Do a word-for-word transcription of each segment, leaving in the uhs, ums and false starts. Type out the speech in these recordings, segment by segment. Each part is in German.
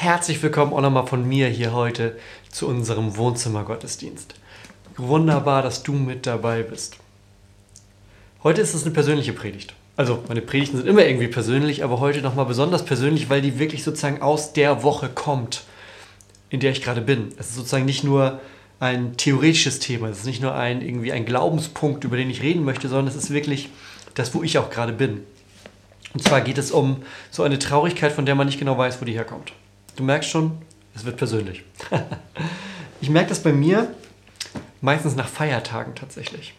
Herzlich willkommen auch nochmal von mir hier heute zu unserem Wohnzimmergottesdienst. Wunderbar, dass du mit dabei bist. Heute ist es eine persönliche Predigt. Also meine Predigten sind immer irgendwie persönlich, aber heute nochmal besonders persönlich, weil die wirklich sozusagen aus der Woche kommt, in der ich gerade bin. Es ist sozusagen nicht nur ein theoretisches Thema, es ist nicht nur ein, irgendwie ein Glaubenspunkt, über den ich reden möchte, sondern es ist wirklich das, wo ich auch gerade bin. Und zwar geht es um so eine Traurigkeit, von der man nicht genau weiß, wo die herkommt. Du merkst schon, es wird persönlich. Ich merke das bei mir meistens nach Feiertagen tatsächlich.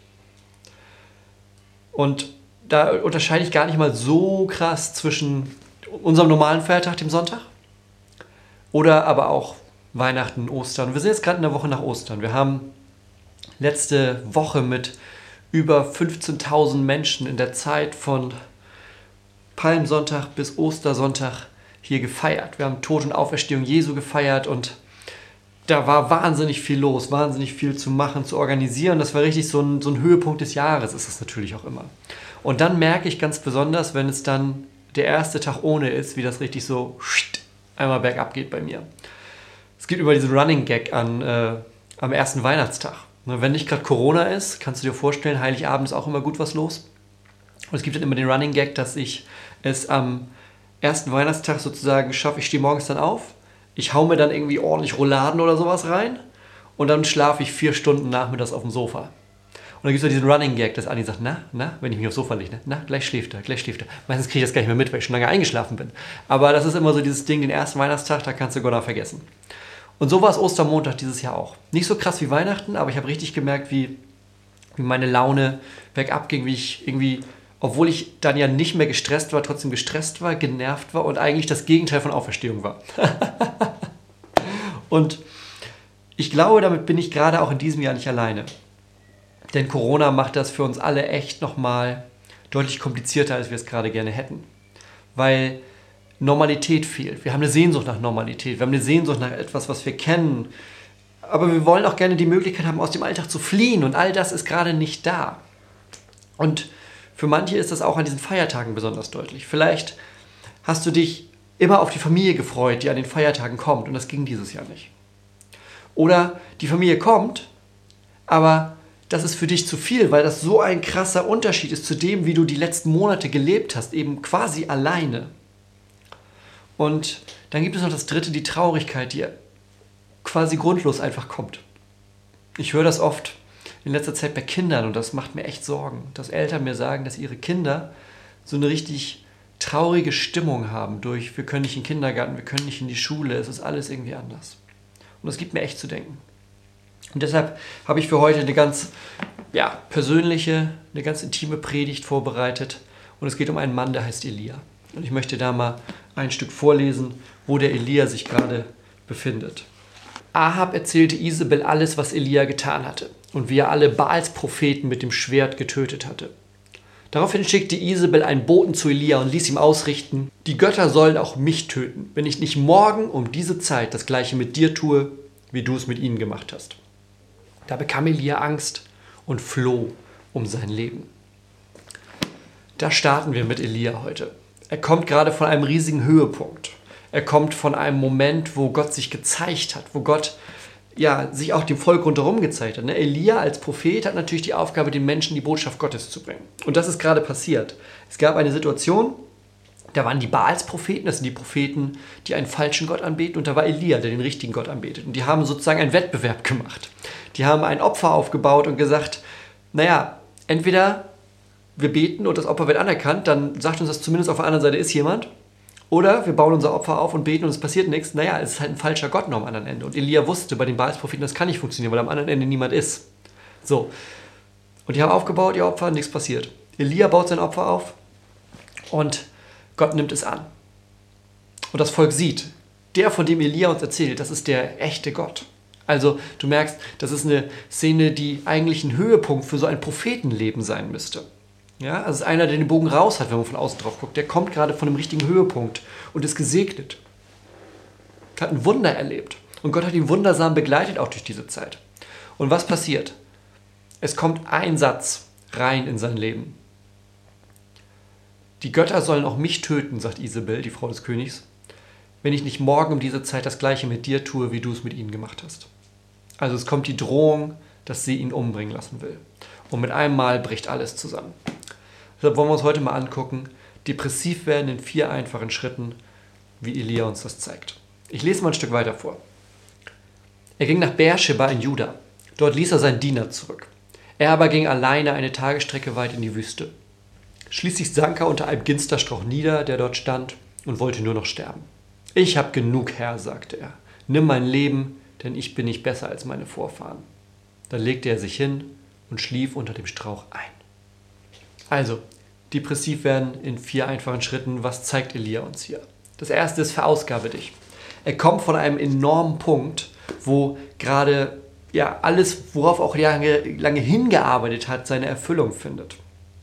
Und da unterscheide ich gar nicht mal so krass zwischen unserem normalen Feiertag, dem Sonntag, oder aber auch Weihnachten, Ostern. Wir sind jetzt gerade in der Woche nach Ostern. Wir haben letzte Woche mit über fünfzehntausend Menschen in der Zeit von Palmsonntag bis Ostersonntag hier gefeiert. Wir haben Tod und Auferstehung Jesu gefeiert und da war wahnsinnig viel los, wahnsinnig viel zu machen, zu organisieren. Das war richtig so ein, so ein Höhepunkt des Jahres, ist es natürlich auch immer. Und dann merke ich ganz besonders, wenn es dann der erste Tag ohne ist, wie das richtig so einmal bergab geht bei mir. Es gibt immer diesen Running Gag an, äh, am ersten Weihnachtstag. Wenn nicht gerade Corona ist, kannst du dir vorstellen, Heiligabend ist auch immer gut was los. Und es gibt dann immer den Running Gag, dass ich es am ersten Weihnachtstag sozusagen schaffe, ich stehe morgens dann auf, ich hau mir dann irgendwie ordentlich Rouladen oder sowas rein und dann schlafe ich vier Stunden nachmittags auf dem Sofa. Und dann gibt es diesen Running Gag, dass Anni sagt, na, na, wenn ich mich aufs Sofa lege, na, gleich schläft er, gleich schläft er. Meistens kriege ich das gar nicht mehr mit, weil ich schon lange eingeschlafen bin. Aber das ist immer so dieses Ding, den ersten Weihnachtstag, da kannst du Gott vergessen. Und so war es Ostermontag dieses Jahr auch. Nicht so krass wie Weihnachten, aber ich habe richtig gemerkt, wie, wie meine Laune bergab ging, wie ich irgendwie, obwohl ich dann ja nicht mehr gestresst war, trotzdem gestresst war, genervt war und eigentlich das Gegenteil von Auferstehung war. Und ich glaube, damit bin ich gerade auch in diesem Jahr nicht alleine. Denn Corona macht das für uns alle echt nochmal deutlich komplizierter, als wir es gerade gerne hätten. Weil Normalität fehlt. Wir haben eine Sehnsucht nach Normalität. Wir haben eine Sehnsucht nach etwas, was wir kennen. Aber wir wollen auch gerne die Möglichkeit haben, aus dem Alltag zu fliehen. Und all das ist gerade nicht da. Und für manche ist das auch an diesen Feiertagen besonders deutlich. Vielleicht hast du dich immer auf die Familie gefreut, die an den Feiertagen kommt. Und das ging dieses Jahr nicht. Oder die Familie kommt, aber das ist für dich zu viel, weil das so ein krasser Unterschied ist zu dem, wie du die letzten Monate gelebt hast, eben quasi alleine. Und dann gibt es noch das Dritte, die Traurigkeit, die quasi grundlos einfach kommt. Ich höre das oft in letzter Zeit bei Kindern und das macht mir echt Sorgen, dass Eltern mir sagen, dass ihre Kinder so eine richtig traurige Stimmung haben durch, wir können nicht in den Kindergarten, wir können nicht in die Schule, es ist alles irgendwie anders. Und das gibt mir echt zu denken. Und deshalb habe ich für heute eine ganz ja, persönliche, eine ganz intime Predigt vorbereitet. Und es geht um einen Mann, der heißt Elia. Und ich möchte da mal ein Stück vorlesen, wo der Elia sich gerade befindet. Ahab erzählte Isabel alles, was Elia getan hatte und wie er alle Baals Propheten mit dem Schwert getötet hatte. Daraufhin schickte Isabel einen Boten zu Elia und ließ ihm ausrichten, die Götter sollen auch mich töten, wenn ich nicht morgen um diese Zeit das Gleiche mit dir tue, wie du es mit ihnen gemacht hast. Da bekam Elia Angst und floh um sein Leben. Da starten wir mit Elia heute. Er kommt gerade von einem riesigen Höhepunkt. Er kommt von einem Moment, wo Gott sich gezeigt hat, wo Gott ja, sich auch dem Volk rundherum gezeigt hat. Ne? Elia als Prophet hat natürlich die Aufgabe, den Menschen die Botschaft Gottes zu bringen. Und das ist gerade passiert. Es gab eine Situation, da waren die Baals-Propheten, das sind die Propheten, die einen falschen Gott anbeten, und da war Elia, der den richtigen Gott anbetet. Und die haben sozusagen einen Wettbewerb gemacht. Die haben ein Opfer aufgebaut und gesagt, naja, entweder wir beten und das Opfer wird anerkannt, dann sagt uns das zumindest, auf der anderen Seite ist jemand. Oder wir bauen unser Opfer auf und beten und es passiert nichts. Naja, es ist halt ein falscher Gott noch am anderen Ende. Und Elia wusste bei den Baals-Propheten, das kann nicht funktionieren, weil am anderen Ende niemand ist. So. Und die haben aufgebaut, ihr Opfer, nichts passiert. Elia baut sein Opfer auf und Gott nimmt es an. Und das Volk sieht, der, von dem Elia uns erzählt, das ist der echte Gott. Also du merkst, das ist eine Szene, die eigentlich ein Höhepunkt für so ein Prophetenleben sein müsste. Ja, also es ist einer, der den Bogen raus hat, wenn man von außen drauf guckt. Der kommt gerade von einem richtigen Höhepunkt und ist gesegnet. Hat ein Wunder erlebt. Und Gott hat ihn wundersam begleitet, auch durch diese Zeit. Und was passiert? Es kommt ein Satz rein in sein Leben. Die Götter sollen auch mich töten, sagt Isabel, die Frau des Königs, wenn ich nicht morgen um diese Zeit das Gleiche mit dir tue, wie du es mit ihnen gemacht hast. Also es kommt die Drohung, dass sie ihn umbringen lassen will. Und mit einem Mal bricht alles zusammen. Deshalb wollen wir uns heute mal angucken, depressiv werden in vier einfachen Schritten, wie Elia uns das zeigt. Ich lese mal ein Stück weiter vor. Er ging nach Beersheba in Juda. Dort ließ er seinen Diener zurück. Er aber ging alleine eine Tagesstrecke weit in die Wüste. Schließlich sank er unter einem Ginsterstrauch nieder, der dort stand, und wollte nur noch sterben. Ich habe genug, Herr, sagte er. Nimm mein Leben, denn ich bin nicht besser als meine Vorfahren. Dann legte er sich hin und schlief unter dem Strauch ein. Also, depressiv werden in vier einfachen Schritten. Was zeigt Elia uns hier? Das erste ist, verausgabe dich. Er kommt von einem enormen Punkt, wo gerade ja, alles, worauf auch lange, lange hingearbeitet hat, seine Erfüllung findet.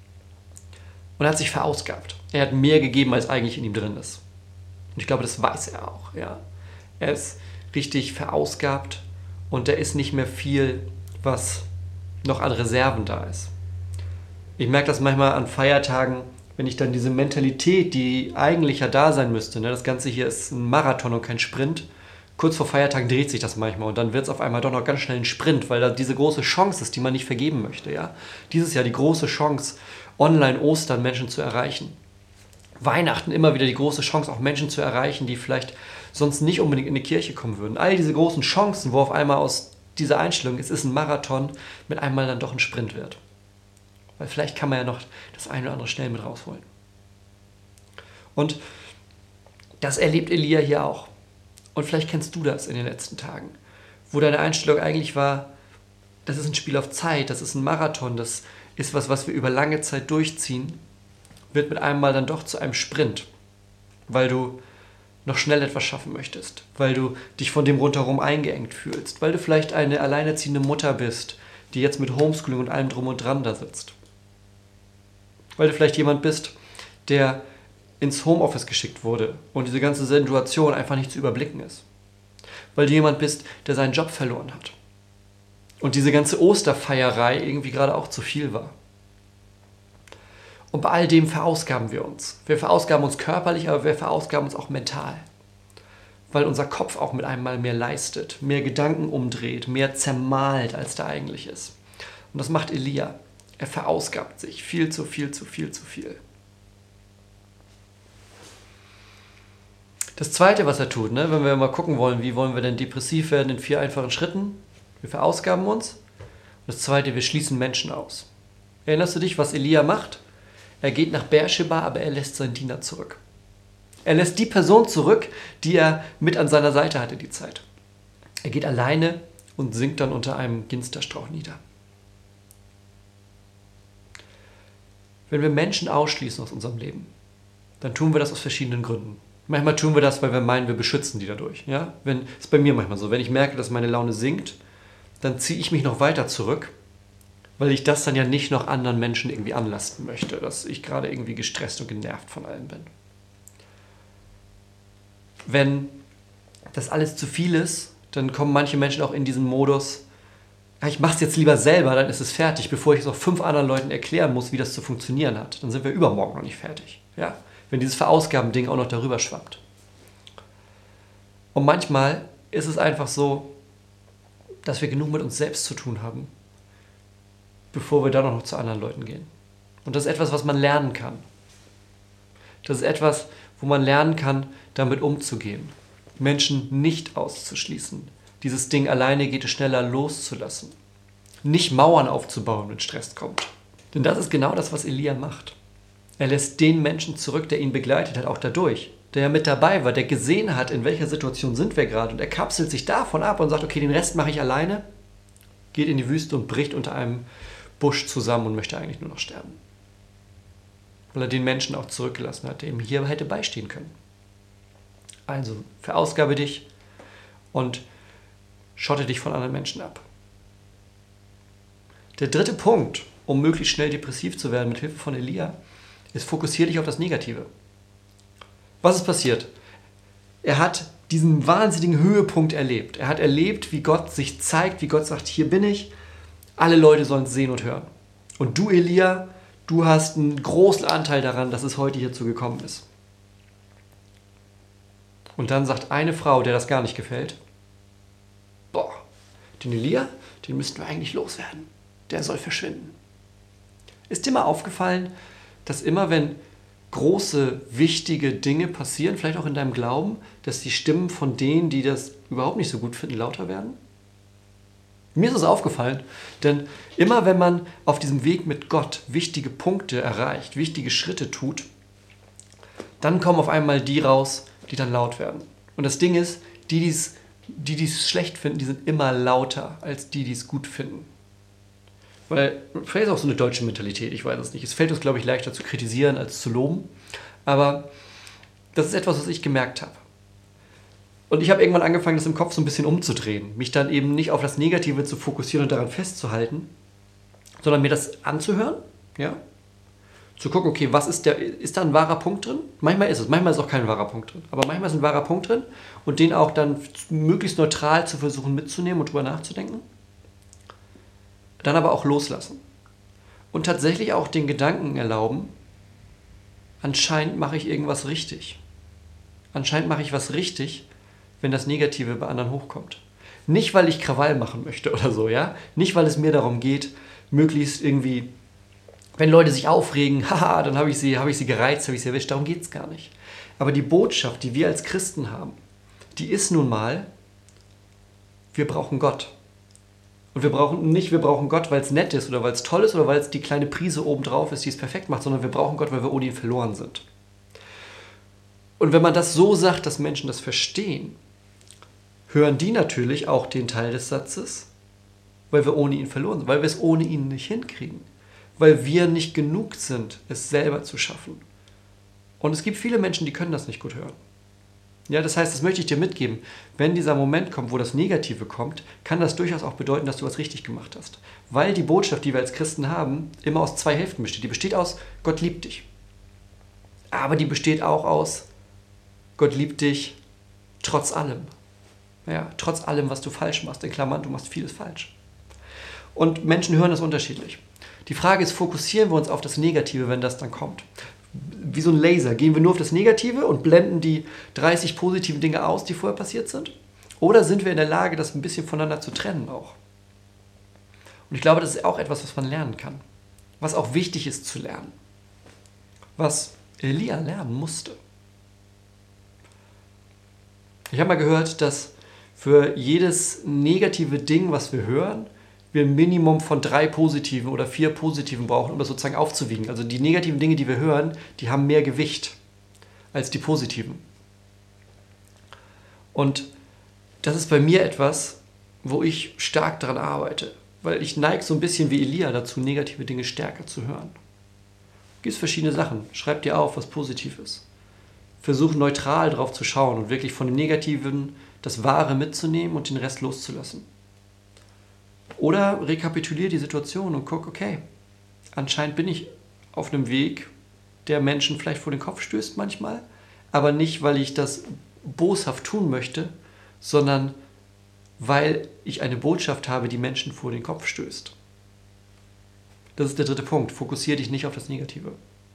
Und er hat sich verausgabt. Er hat mehr gegeben, als eigentlich in ihm drin ist. Und ich glaube, das weiß er auch. Ja. Er ist richtig verausgabt und da ist nicht mehr viel, was noch an Reserven da ist. Ich merke das manchmal an Feiertagen, wenn ich dann diese Mentalität, die eigentlich ja da sein müsste, ne, das Ganze hier ist ein Marathon und kein Sprint, kurz vor Feiertagen dreht sich das manchmal und dann wird es auf einmal doch noch ganz schnell ein Sprint, weil da diese große Chance ist, die man nicht vergeben möchte. Ja? Dieses Jahr die große Chance, online Ostern Menschen zu erreichen. Weihnachten immer wieder die große Chance, auch Menschen zu erreichen, die vielleicht sonst nicht unbedingt in die Kirche kommen würden. All diese großen Chancen, wo auf einmal aus dieser Einstellung, es ist ein Marathon, mit einmal dann doch ein Sprint wird. Weil vielleicht kann man ja noch das eine oder andere schnell mit rausholen. Und das erlebt Elia hier auch. Und vielleicht kennst du das in den letzten Tagen, wo deine Einstellung eigentlich war, das ist ein Spiel auf Zeit, das ist ein Marathon, das ist was, was wir über lange Zeit durchziehen, wird mit einem Mal dann doch zu einem Sprint, weil du noch schnell etwas schaffen möchtest, weil du dich von dem rundherum eingeengt fühlst, weil du vielleicht eine alleinerziehende Mutter bist, die jetzt mit Homeschooling und allem drum und dran da sitzt. Weil du vielleicht jemand bist, der ins Homeoffice geschickt wurde und diese ganze Situation einfach nicht zu überblicken ist. Weil du jemand bist, der seinen Job verloren hat. Und diese ganze Osterfeierei irgendwie gerade auch zu viel war. Und bei all dem verausgaben wir uns. Wir verausgaben uns körperlich, aber wir verausgaben uns auch mental. Weil unser Kopf auch mit einem Mal mehr leistet, mehr Gedanken umdreht, mehr zermalt, als da eigentlich ist. Und das macht Elia. Er verausgabt sich viel zu viel, zu viel, zu viel. Das Zweite, was er tut, ne, wenn wir mal gucken wollen, wie wollen wir denn depressiv werden in vier einfachen Schritten? Wir verausgaben uns. Und das Zweite, wir schließen Menschen aus. Erinnerst du dich, was Elia macht? Er geht nach Beersheba, aber er lässt seinen Diener zurück. Er lässt die Person zurück, die er mit an seiner Seite hatte die Zeit. Er geht alleine und sinkt dann unter einem Ginsterstrauch nieder. Wenn wir Menschen ausschließen aus unserem Leben, dann tun wir das aus verschiedenen Gründen. Manchmal tun wir das, weil wir meinen, wir beschützen die dadurch. Ja? Wenn, das ist bei mir manchmal so. Wenn ich merke, dass meine Laune sinkt, dann ziehe ich mich noch weiter zurück, weil ich das dann ja nicht noch anderen Menschen irgendwie anlasten möchte, dass ich gerade irgendwie gestresst und genervt von allem bin. Wenn das alles zu viel ist, dann kommen manche Menschen auch in diesen Modus, ich mache es jetzt lieber selber, dann ist es fertig, bevor ich es auch fünf anderen Leuten erklären muss, wie das zu funktionieren hat. Dann sind wir übermorgen noch nicht fertig. Ja? Wenn dieses Verausgaben-Ding auch noch darüber schwappt. Und manchmal ist es einfach so, dass wir genug mit uns selbst zu tun haben, bevor wir dann auch noch zu anderen Leuten gehen. Und das ist etwas, was man lernen kann. Das ist etwas, wo man lernen kann, damit umzugehen. Menschen nicht auszuschließen. Dieses Ding alleine geht es schneller loszulassen. Nicht Mauern aufzubauen, wenn Stress kommt. Denn das ist genau das, was Elia macht. Er lässt den Menschen zurück, der ihn begleitet hat, auch dadurch. Der ja mit dabei war, der gesehen hat, in welcher Situation sind wir gerade. Und er kapselt sich davon ab und sagt, okay, den Rest mache ich alleine. Geht in die Wüste und bricht unter einem Busch zusammen und möchte eigentlich nur noch sterben. Weil er den Menschen auch zurückgelassen hat, der ihm hier hätte beistehen können. Also, verausgabe dich und schotte dich von anderen Menschen ab. Der dritte Punkt, um möglichst schnell depressiv zu werden mit Hilfe von Elia, ist, fokussiere dich auf das Negative. Was ist passiert? Er hat diesen wahnsinnigen Höhepunkt erlebt. Er hat erlebt, wie Gott sich zeigt, wie Gott sagt, hier bin ich, alle Leute sollen es sehen und hören. Und du, Elia, du hast einen großen Anteil daran, dass es heute hierzu gekommen ist. Und dann sagt eine Frau, der das gar nicht gefällt, boah, den Elia, den müssten wir eigentlich loswerden. Der soll verschwinden. Ist dir mal aufgefallen, dass immer wenn große, wichtige Dinge passieren, vielleicht auch in deinem Glauben, dass die Stimmen von denen, die das überhaupt nicht so gut finden, lauter werden? Mir ist es aufgefallen, denn immer wenn man auf diesem Weg mit Gott wichtige Punkte erreicht, wichtige Schritte tut, dann kommen auf einmal die raus, die dann laut werden. Und das Ding ist, die, die's, die dies schlecht finden, die sind immer lauter als die, die es gut finden. Weil, vielleicht ist auch so eine deutsche Mentalität, ich weiß es nicht. Es fällt uns, glaube ich, leichter zu kritisieren als zu loben. Aber das ist etwas, was ich gemerkt habe. Und ich habe irgendwann angefangen, das im Kopf so ein bisschen umzudrehen. Mich dann eben nicht auf das Negative zu fokussieren und daran festzuhalten, sondern mir das anzuhören, ja? Zu gucken, okay, was ist, der, ist da ein wahrer Punkt drin? Manchmal ist es, manchmal ist auch kein wahrer Punkt drin. Aber manchmal ist ein wahrer Punkt drin und den auch dann möglichst neutral zu versuchen mitzunehmen und drüber nachzudenken. Dann aber auch loslassen. Und tatsächlich auch den Gedanken erlauben, anscheinend mache ich irgendwas richtig. Anscheinend mache ich was richtig, wenn das Negative bei anderen hochkommt. Nicht, weil ich Krawall machen möchte oder so, ja? Nicht, weil es mir darum geht, möglichst irgendwie, wenn Leute sich aufregen, haha, dann habe ich sie, habe ich sie gereizt, habe ich sie erwischt. Darum geht es gar nicht. Aber die Botschaft, die wir als Christen haben, die ist nun mal, wir brauchen Gott. Und wir brauchen nicht, wir brauchen Gott, weil es nett ist oder weil es toll ist oder weil es die kleine Prise obendrauf ist, die es perfekt macht, sondern wir brauchen Gott, weil wir ohne ihn verloren sind. Und wenn man das so sagt, dass Menschen das verstehen, hören die natürlich auch den Teil des Satzes, weil wir ohne ihn verloren sind, weil wir es ohne ihn nicht hinkriegen, weil wir nicht genug sind, es selber zu schaffen. Und es gibt viele Menschen, die können das nicht gut hören. Ja, das heißt, das möchte ich dir mitgeben. Wenn dieser Moment kommt, wo das Negative kommt, kann das durchaus auch bedeuten, dass du was richtig gemacht hast. Weil die Botschaft, die wir als Christen haben, immer aus zwei Hälften besteht. Die besteht aus, Gott liebt dich. Aber die besteht auch aus, Gott liebt dich trotz allem. Ja, trotz allem, was du falsch machst. In Klammern, du machst vieles falsch. Und Menschen hören das unterschiedlich. Die Frage ist, fokussieren wir uns auf das Negative, wenn das dann kommt? Wie so ein Laser. Gehen wir nur auf das Negative und blenden die dreißig positiven Dinge aus, die vorher passiert sind? Oder sind wir in der Lage, das ein bisschen voneinander zu trennen auch? Und ich glaube, das ist auch etwas, was man lernen kann. Was auch wichtig ist zu lernen. Was Elia lernen musste. Ich habe mal gehört, dass für jedes negative Ding, was wir hören, wir ein Minimum von drei positiven oder vier positiven brauchen, um das sozusagen aufzuwiegen. Also die negativen Dinge, die wir hören, die haben mehr Gewicht als die positiven. Und das ist bei mir etwas, wo ich stark daran arbeite, weil ich neige so ein bisschen wie Elia dazu, negative Dinge stärker zu hören. Gibt es verschiedene Sachen. Schreib dir auf, was positiv ist. Versuch neutral drauf zu schauen und wirklich von dem Negativen das Wahre mitzunehmen und den Rest loszulassen. Oder rekapituliere die Situation und guck, okay, anscheinend bin ich auf einem Weg, der Menschen vielleicht vor den Kopf stößt manchmal, aber nicht, weil ich das boshaft tun möchte, sondern weil ich eine Botschaft habe, die Menschen vor den Kopf stößt. Das ist der dritte Punkt. Fokussiere dich nicht auf das Negative.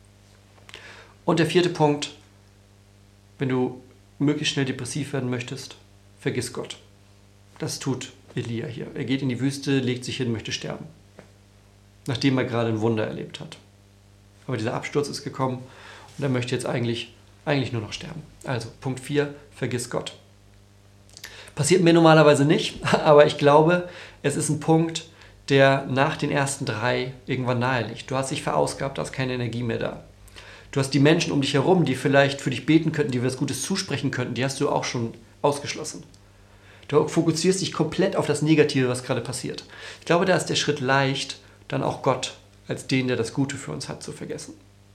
Und der vierte Punkt, wenn du möglichst schnell depressiv werden möchtest, vergiss Gott. Das tut Elia hier. Er geht in die Wüste, legt sich hin, möchte sterben. Nachdem er gerade ein Wunder erlebt hat. Aber dieser Absturz ist gekommen und er möchte jetzt eigentlich, eigentlich nur noch sterben. Also Punkt vier, vergiss Gott. Passiert mir normalerweise nicht, aber ich glaube, es ist ein Punkt, der nach den ersten drei irgendwann nahe liegt. Du hast dich verausgabt, da ist keine Energie mehr da. Du hast die Menschen um dich herum, die vielleicht für dich beten könnten, die dir was Gutes zusprechen könnten, die hast du auch schon ausgeschlossen. Du fokussierst dich komplett auf das Negative, was gerade passiert. Ich glaube, da ist der Schritt leicht, dann auch Gott als den, der das Gute für uns hat, zu vergessen.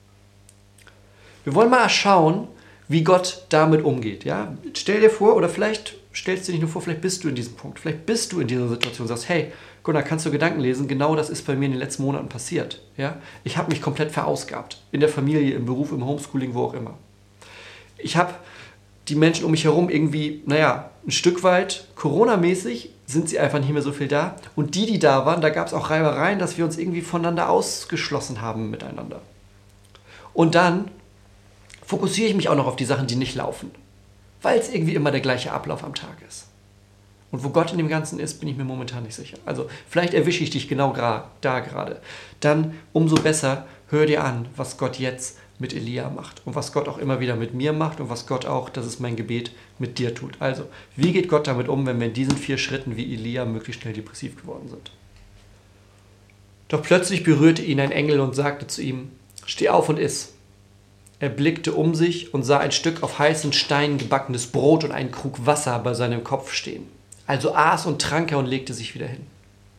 Wir wollen mal schauen, wie Gott damit umgeht. Ja? Stell dir vor, oder vielleicht stellst du dir nicht nur vor, vielleicht bist du in diesem Punkt. Vielleicht bist du in dieser Situation und sagst, hey, Gunnar, kannst du Gedanken lesen? Genau das ist bei mir in den letzten Monaten passiert. Ja? Ich habe mich komplett verausgabt. In der Familie, im Beruf, im Homeschooling, wo auch immer. Ich habe die Menschen um mich herum irgendwie, naja, ein Stück weit Corona-mäßig sind sie einfach nicht mehr so viel da. Und die, die da waren, da gab es auch Reibereien, dass wir uns irgendwie voneinander ausgeschlossen haben miteinander. Und dann fokussiere ich mich auch noch auf die Sachen, die nicht laufen. weil es irgendwie immer der gleiche Ablauf am Tag ist. Und wo Gott in dem Ganzen ist, bin ich mir momentan nicht sicher. Also vielleicht erwische ich dich genau gra- da gerade. Dann umso besser, hör dir an, was Gott jetzt mit Elia macht und was Gott auch immer wieder mit mir macht und was Gott auch, das ist mein Gebet, mit dir tut. Also, wie geht Gott damit um, wenn wir in diesen vier Schritten wie Elia möglichst schnell depressiv geworden sind? Doch plötzlich berührte ihn ein Engel und sagte zu ihm, steh auf und iss. Er blickte um sich und sah ein Stück auf heißen Steinen gebackenes Brot und einen Krug Wasser bei seinem Kopf stehen. Also aß und trank er und legte sich wieder hin.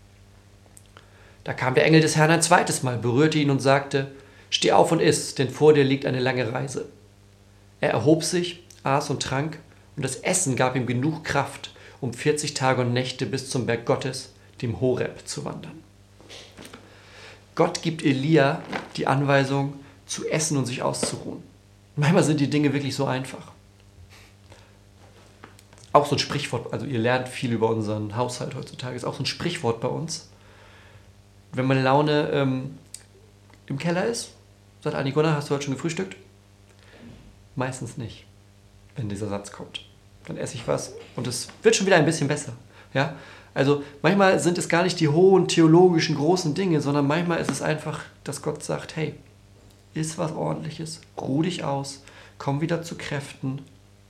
Da kam der Engel des Herrn ein zweites Mal, berührte ihn und sagte, steh auf und iss, denn vor dir liegt eine lange Reise. Er erhob sich, aß und trank, und das Essen gab ihm genug Kraft, um vierzig Tage und Nächte bis zum Berg Gottes, dem Horeb, zu wandern. Gott gibt Elia die Anweisung, zu essen und sich auszuruhen. Manchmal sind die Dinge wirklich so einfach. Auch so ein Sprichwort, also ihr lernt viel über unseren Haushalt heutzutage, ist auch so ein Sprichwort bei uns. Wenn meine Laune ähm, im Keller ist, sagt Anni, Gunnar, hast du heute schon gefrühstückt? Meistens nicht, wenn dieser Satz kommt. Dann esse ich was und es wird schon wieder ein bisschen besser. Ja? Also manchmal sind es gar nicht die hohen theologischen großen Dinge, sondern manchmal ist es einfach, dass Gott sagt, hey, iss was Ordentliches, ruh dich aus, komm wieder zu Kräften.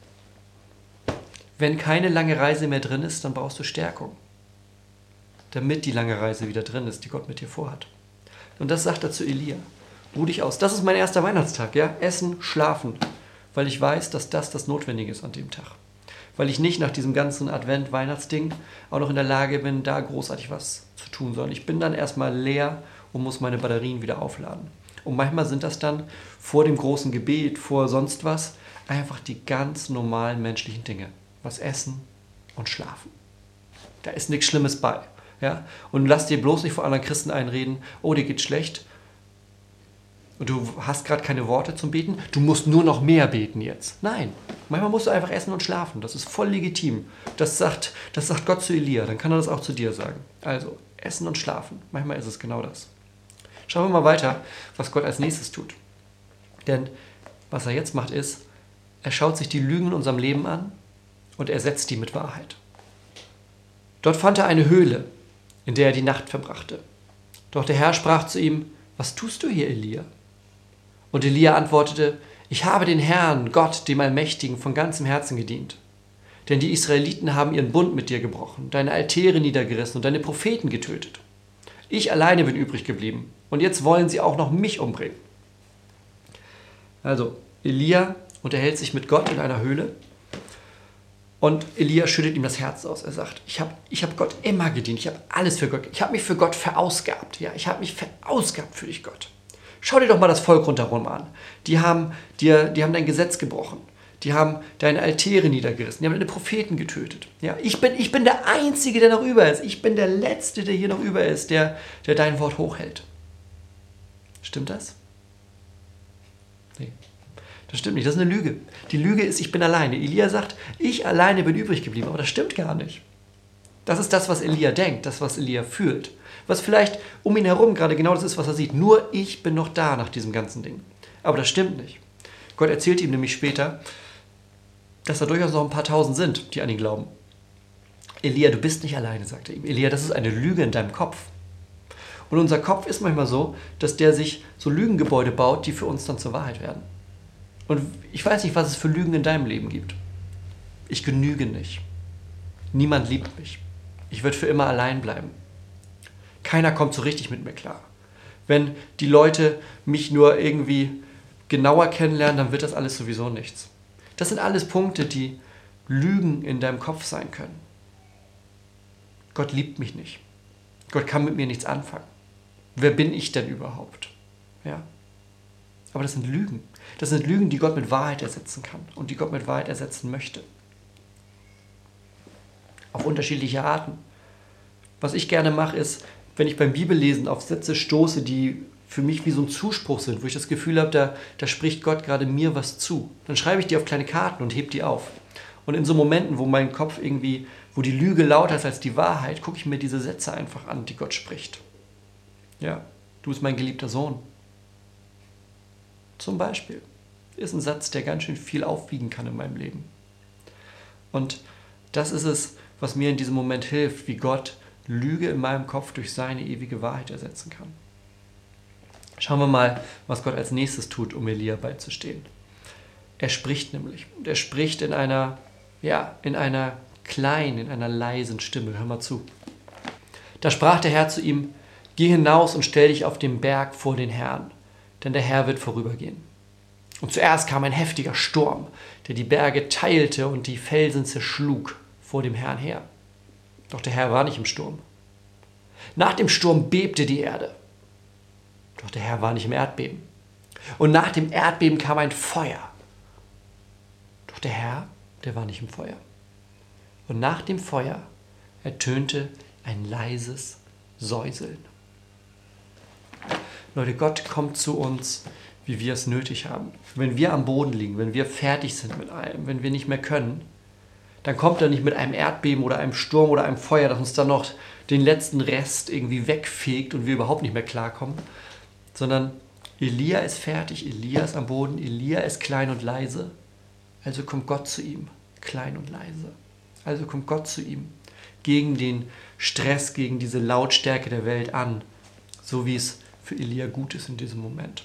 Wenn keine lange Reise mehr drin ist, dann brauchst du Stärkung, damit die lange Reise wieder drin ist, die Gott mit dir vorhat. Und das sagt er zu Elia. Ruh dich aus. Das ist mein erster Weihnachtstag, ja? Essen, schlafen, weil ich weiß, dass das das Notwendige ist an dem Tag. Weil ich nicht nach diesem ganzen Advent-Weihnachtsding auch noch in der Lage bin, da großartig was zu tun, sondern ich bin dann erstmal leer und muss meine Batterien wieder aufladen. Und manchmal sind das dann vor dem großen Gebet, vor sonst was, einfach die ganz normalen menschlichen Dinge. Was essen und schlafen. Da ist nichts Schlimmes bei. Ja? Und lass dir bloß nicht vor anderen Christen einreden, oh, dir geht's schlecht und du hast gerade keine Worte zum Beten, du musst nur noch mehr beten jetzt. Nein, manchmal musst du einfach essen und schlafen. Das ist voll legitim. Das sagt, das sagt Gott zu Elia, dann kann er das auch zu dir sagen. Also, essen und schlafen. Manchmal ist es genau das. Schauen wir mal weiter, was Gott als nächstes tut. Denn was er jetzt macht ist, er schaut sich die Lügen in unserem Leben an und ersetzt die mit Wahrheit. Dort fand er eine Höhle, in der er die Nacht verbrachte. Doch der Herr sprach zu ihm, was tust du hier, Elia? Und Elia antwortete, ich habe den Herrn, Gott, dem Allmächtigen, von ganzem Herzen gedient. Denn die Israeliten haben ihren Bund mit dir gebrochen, deine Altäre niedergerissen und deine Propheten getötet. Ich alleine bin übrig geblieben und jetzt wollen sie auch noch mich umbringen. Also, Elia unterhält sich mit Gott in einer Höhle und Elia schüttet ihm das Herz aus. Er sagt, ich habe ich hab Gott immer gedient, ich habe alles für Gott, ich habe mich für Gott verausgabt. Ja, ich habe mich verausgabt für dich, Gott. Schau dir doch mal das Volk rundherum an. Die haben, dir, die haben dein Gesetz gebrochen. Die haben deine Altäre niedergerissen. Die haben deine Propheten getötet. Ja, ich, bin, ich bin der Einzige, der noch über ist. Ich bin der Letzte, der hier noch über ist, der, der dein Wort hochhält. Stimmt das? Nee, das stimmt nicht. Das ist eine Lüge. Die Lüge ist, ich bin alleine. Elia sagt, ich alleine bin übrig geblieben. Aber das stimmt gar nicht. Das ist das, was Elia denkt, das, was Elia fühlt. Was vielleicht um ihn herum gerade genau das ist, was er sieht. Nur ich bin noch da nach diesem ganzen Ding. Aber das stimmt nicht. Gott erzählt ihm nämlich später, dass da durchaus noch ein paar Tausend sind, die an ihn glauben. Elia, du bist nicht alleine, sagt er ihm. Elia, das ist eine Lüge in deinem Kopf. Und unser Kopf ist manchmal so, dass der sich so Lügengebäude baut, die für uns dann zur Wahrheit werden. Und ich weiß nicht, was es für Lügen in deinem Leben gibt. Ich genüge nicht. Niemand liebt mich. Ich werde für immer allein bleiben. Keiner kommt so richtig mit mir klar. Wenn die Leute mich nur irgendwie genauer kennenlernen, dann wird das alles sowieso nichts. Das sind alles Punkte, die Lügen in deinem Kopf sein können. Gott liebt mich nicht. Gott kann mit mir nichts anfangen. Wer bin ich denn überhaupt? Ja. Aber das sind Lügen. Das sind Lügen, die Gott mit Wahrheit ersetzen kann und die Gott mit Wahrheit ersetzen möchte. Auf unterschiedliche Arten. Was ich gerne mache, ist, wenn ich beim Bibellesen auf Sätze stoße, die für mich wie so ein Zuspruch sind, wo ich das Gefühl habe, da, da spricht Gott gerade mir was zu, dann schreibe ich die auf kleine Karten und hebe die auf. Und in so Momenten, wo mein Kopf irgendwie, wo die Lüge lauter ist als die Wahrheit, gucke ich mir diese Sätze einfach an, die Gott spricht. Ja, du bist mein geliebter Sohn. Zum Beispiel. Ist ein Satz, der ganz schön viel aufwiegen kann in meinem Leben. Und das ist es, was mir in diesem Moment hilft, wie Gott Lüge in meinem Kopf durch seine ewige Wahrheit ersetzen kann. Schauen wir mal, was Gott als nächstes tut, um Elia beizustehen. Er spricht nämlich. Und er spricht in einer, ja, in einer kleinen, in einer leisen Stimme. Hör mal zu. Da sprach der Herr zu ihm: Geh hinaus und stell dich auf den Berg vor den Herrn, denn der Herr wird vorübergehen. Und zuerst kam ein heftiger Sturm, der die Berge teilte und die Felsen zerschlug vor dem Herrn her. Doch der Herr war nicht im Sturm. Nach dem Sturm bebte die Erde. Doch der Herr war nicht im Erdbeben. Und nach dem Erdbeben kam ein Feuer. Doch der Herr, der war nicht im Feuer. Und nach dem Feuer ertönte ein leises Säuseln. Leute, Gott kommt zu uns, wie wir es nötig haben. Wenn wir am Boden liegen, wenn wir fertig sind mit allem, wenn wir nicht mehr können, dann kommt er nicht mit einem Erdbeben oder einem Sturm oder einem Feuer, das uns dann noch den letzten Rest irgendwie wegfegt und wir überhaupt nicht mehr klarkommen, sondern Elia ist fertig, Elia ist am Boden, Elia ist klein und leise, also kommt Gott zu ihm, klein und leise. Also kommt Gott zu ihm, gegen den Stress, gegen diese Lautstärke der Welt an, so wie es für Elia gut ist in diesem Moment.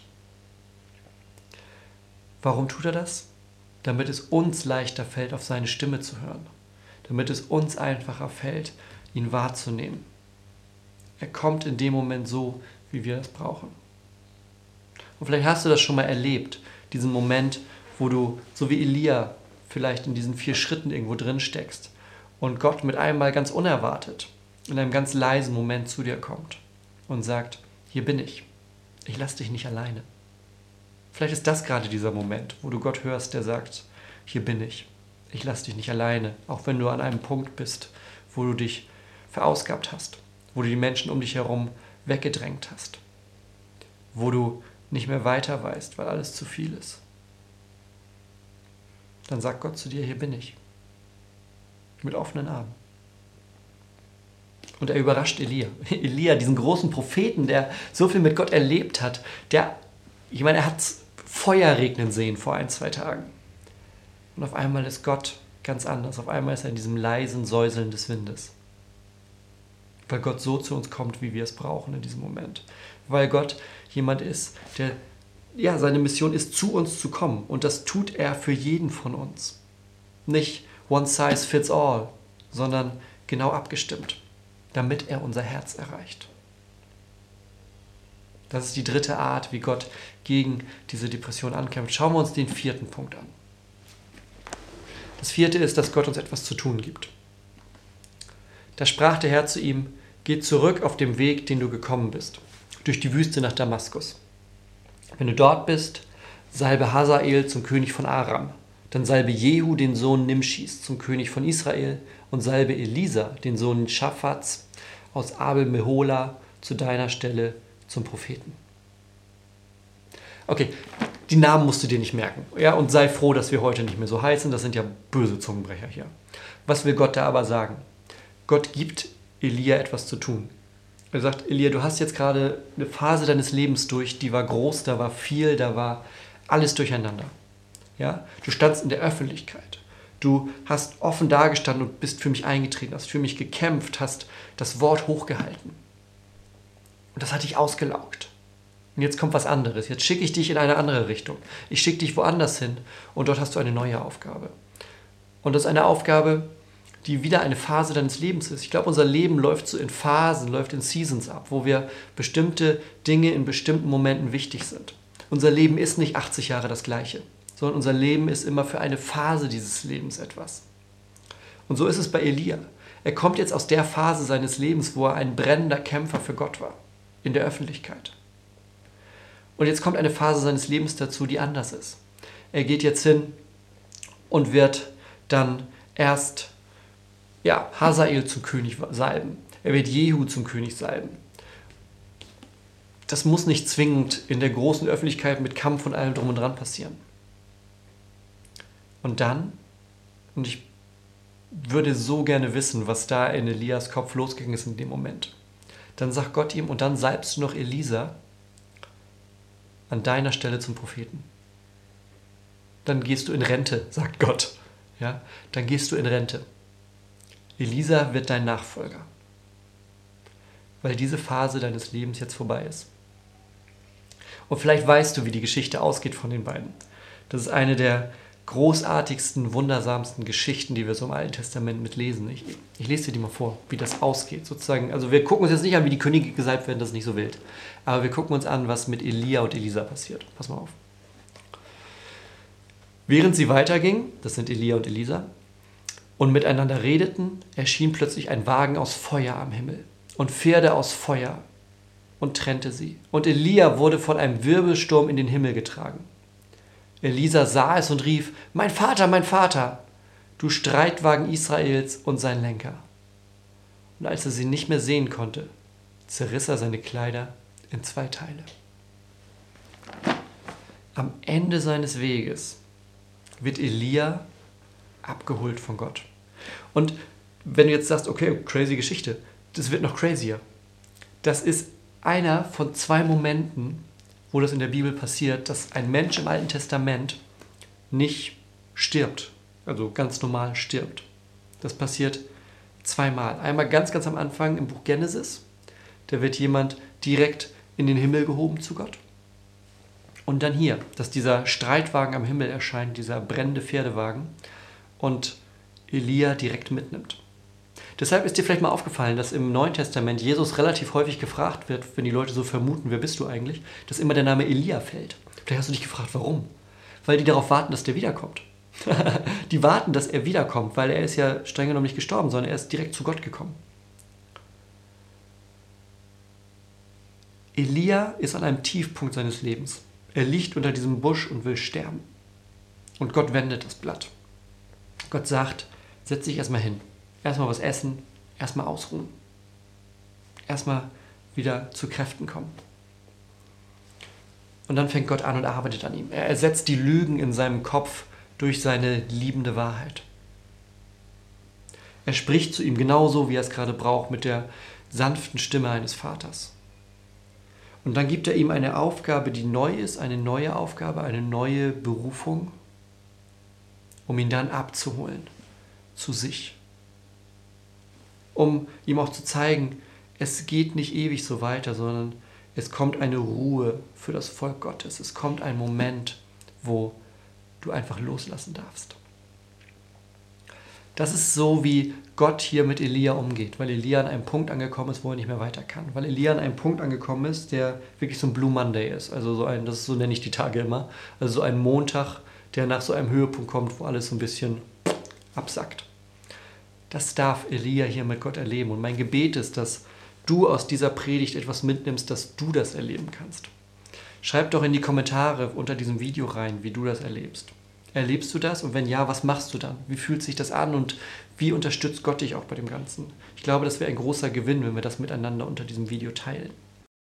Warum tut er das? Damit es uns leichter fällt, auf seine Stimme zu hören. Damit es uns einfacher fällt, ihn wahrzunehmen. Er kommt in dem Moment so, wie wir es brauchen. Und vielleicht hast du das schon mal erlebt, diesen Moment, wo du, so wie Elia, vielleicht in diesen vier Schritten irgendwo drin steckst und Gott mit einmal ganz unerwartet, in einem ganz leisen Moment zu dir kommt und sagt: Hier bin ich, ich lasse dich nicht alleine. Vielleicht ist das gerade dieser Moment, wo du Gott hörst, der sagt: Hier bin ich, ich lasse dich nicht alleine, auch wenn du an einem Punkt bist, wo du dich verausgabt hast, wo du die Menschen um dich herum weggedrängt hast, wo du nicht mehr weiter weißt, weil alles zu viel ist. Dann sagt Gott zu dir: Hier bin ich, mit offenen Armen. Und er überrascht Elia. Elia, diesen großen Propheten, der so viel mit Gott erlebt hat, der, ich meine, er hat Feuer regnen sehen vor ein, zwei Tagen. Und auf einmal ist Gott ganz anders. Auf einmal ist er in diesem leisen Säuseln des Windes. Weil Gott so zu uns kommt, wie wir es brauchen in diesem Moment. Weil Gott jemand ist, der, ja, seine Mission ist, zu uns zu kommen. Und das tut er für jeden von uns. Nicht one size fits all, sondern genau abgestimmt, damit er unser Herz erreicht. Das ist die dritte Art, wie Gott gegen diese Depression ankämpft. Schauen wir uns den vierten Punkt an. Das vierte ist, dass Gott uns etwas zu tun gibt. Da sprach der Herr zu ihm: Geh zurück auf dem Weg, den du gekommen bist, durch die Wüste nach Damaskus. Wenn du dort bist, salbe Hazael zum König von Aram, dann salbe Jehu, den Sohn Nimschis, zum König von Israel, und salbe Elisa, den Sohn Schaphats aus Abel-Mehola, zu deiner Stelle zum Propheten. Okay, die Namen musst du dir nicht merken. Ja, und sei froh, dass wir heute nicht mehr so heißen. Das sind ja böse Zungenbrecher hier. Was will Gott da aber sagen? Gott gibt Elia etwas zu tun. Er sagt: Elia, du hast jetzt gerade eine Phase deines Lebens durch, die war groß, da war viel, da war alles durcheinander. Ja? Du standst in der Öffentlichkeit. Du hast offen dagestanden und bist für mich eingetreten, hast für mich gekämpft, hast das Wort hochgehalten. Und das hat dich ausgelaugt. Und jetzt kommt was anderes. Jetzt schicke ich dich in eine andere Richtung. Ich schicke dich woanders hin und dort hast du eine neue Aufgabe. Und das ist eine Aufgabe, die wieder eine Phase deines Lebens ist. Ich glaube, unser Leben läuft so in Phasen, läuft in Seasons ab, wo wir bestimmte Dinge in bestimmten Momenten wichtig sind. Unser Leben ist nicht achtzig Jahre das Gleiche, sondern unser Leben ist immer für eine Phase dieses Lebens etwas. Und so ist es bei Elia. Er kommt jetzt aus der Phase seines Lebens, wo er ein brennender Kämpfer für Gott war, in der Öffentlichkeit. Und jetzt kommt eine Phase seines Lebens dazu, die anders ist. Er geht jetzt hin und wird dann erst ja, Hazael zum König salben. Er wird Jehu zum König salben. Das muss nicht zwingend in der großen Öffentlichkeit mit Kampf und allem drum und dran passieren. Und dann, und ich würde so gerne wissen, was da in Elias Kopf losgegangen ist in dem Moment, dann sagt Gott ihm: Und dann salbst du noch Elisa an deiner Stelle zum Propheten. Dann gehst du in Rente, sagt Gott. ja, dann gehst du in Rente. Elisa wird dein Nachfolger, weil diese Phase deines Lebens jetzt vorbei ist. Und vielleicht weißt du, wie die Geschichte ausgeht von den beiden. Das ist eine der großartigsten, wundersamsten Geschichten, die wir so im Alten Testament mitlesen. Ich, ich lese dir die mal vor, wie das ausgeht. Sozusagen. Also wir gucken uns jetzt nicht an, wie die Könige gesalbt werden, das ist nicht so wild. Aber wir gucken uns an, was mit Elia und Elisa passiert. Pass mal auf. Während sie weitergingen, das sind Elia und Elisa, und miteinander redeten, erschien plötzlich ein Wagen aus Feuer am Himmel und Pferde aus Feuer und trennte sie. Und Elia wurde von einem Wirbelsturm in den Himmel getragen. Elisa sah es und rief, mein Vater, mein Vater, du Streitwagen Israels und sein Lenker. Und als er sie nicht mehr sehen konnte, zerriss er seine Kleider in zwei Teile. Am Ende seines Weges wird Elia abgeholt von Gott. Und wenn du jetzt sagst, okay, crazy Geschichte, das wird noch crazier. Das ist einer von zwei Momenten, wo das in der Bibel passiert, dass ein Mensch im Alten Testament nicht stirbt, also ganz normal stirbt. Das passiert zweimal. Einmal ganz, ganz am Anfang im Buch Genesis, da wird jemand direkt in den Himmel gehoben zu Gott. Und dann hier, dass dieser Streitwagen am Himmel erscheint, dieser brennende Pferdewagen und Elia direkt mitnimmt. Deshalb ist dir vielleicht mal aufgefallen, dass im Neuen Testament Jesus relativ häufig gefragt wird, wenn die Leute so vermuten, wer bist du eigentlich, dass immer der Name Elia fällt. Vielleicht hast du dich gefragt, warum? Weil die darauf warten, dass der wiederkommt. Die warten, dass er wiederkommt, weil er ist ja streng genommen nicht gestorben, sondern er ist direkt zu Gott gekommen. Elia ist an einem Tiefpunkt seines Lebens. Er liegt unter diesem Busch und will sterben. Und Gott wendet das Blatt. Gott sagt, setz dich erstmal hin. Erstmal was essen, erstmal ausruhen. Erstmal wieder zu Kräften kommen. Und dann fängt Gott an und arbeitet an ihm. Er ersetzt die Lügen in seinem Kopf durch seine liebende Wahrheit. Er spricht zu ihm genauso, wie er es gerade braucht, mit der sanften Stimme eines Vaters. Und dann gibt er ihm eine Aufgabe, die neu ist, eine neue Aufgabe, eine neue Berufung, um ihn dann abzuholen zu sich. Um ihm auch zu zeigen, es geht nicht ewig so weiter, sondern es kommt eine Ruhe für das Volk Gottes. Es kommt ein Moment, wo du einfach loslassen darfst. Das ist so, wie Gott hier mit Elia umgeht, weil Elia an einem Punkt angekommen ist, wo er nicht mehr weiter kann. Weil Elia an einem Punkt angekommen ist, der wirklich so ein Blue Monday ist. Also so ein, das ist, so nenne ich die Tage immer, also so ein Montag, der nach so einem Höhepunkt kommt, wo alles so ein bisschen absackt. Das darf Elia hier mit Gott erleben. Und mein Gebet ist, dass du aus dieser Predigt etwas mitnimmst, dass du das erleben kannst. Schreib doch in die Kommentare unter diesem Video rein, wie du das erlebst. Erlebst du das? Und wenn ja, was machst du dann? Wie fühlt sich das an und wie unterstützt Gott dich auch bei dem Ganzen? Ich glaube, das wäre ein großer Gewinn, wenn wir das miteinander unter diesem Video teilen.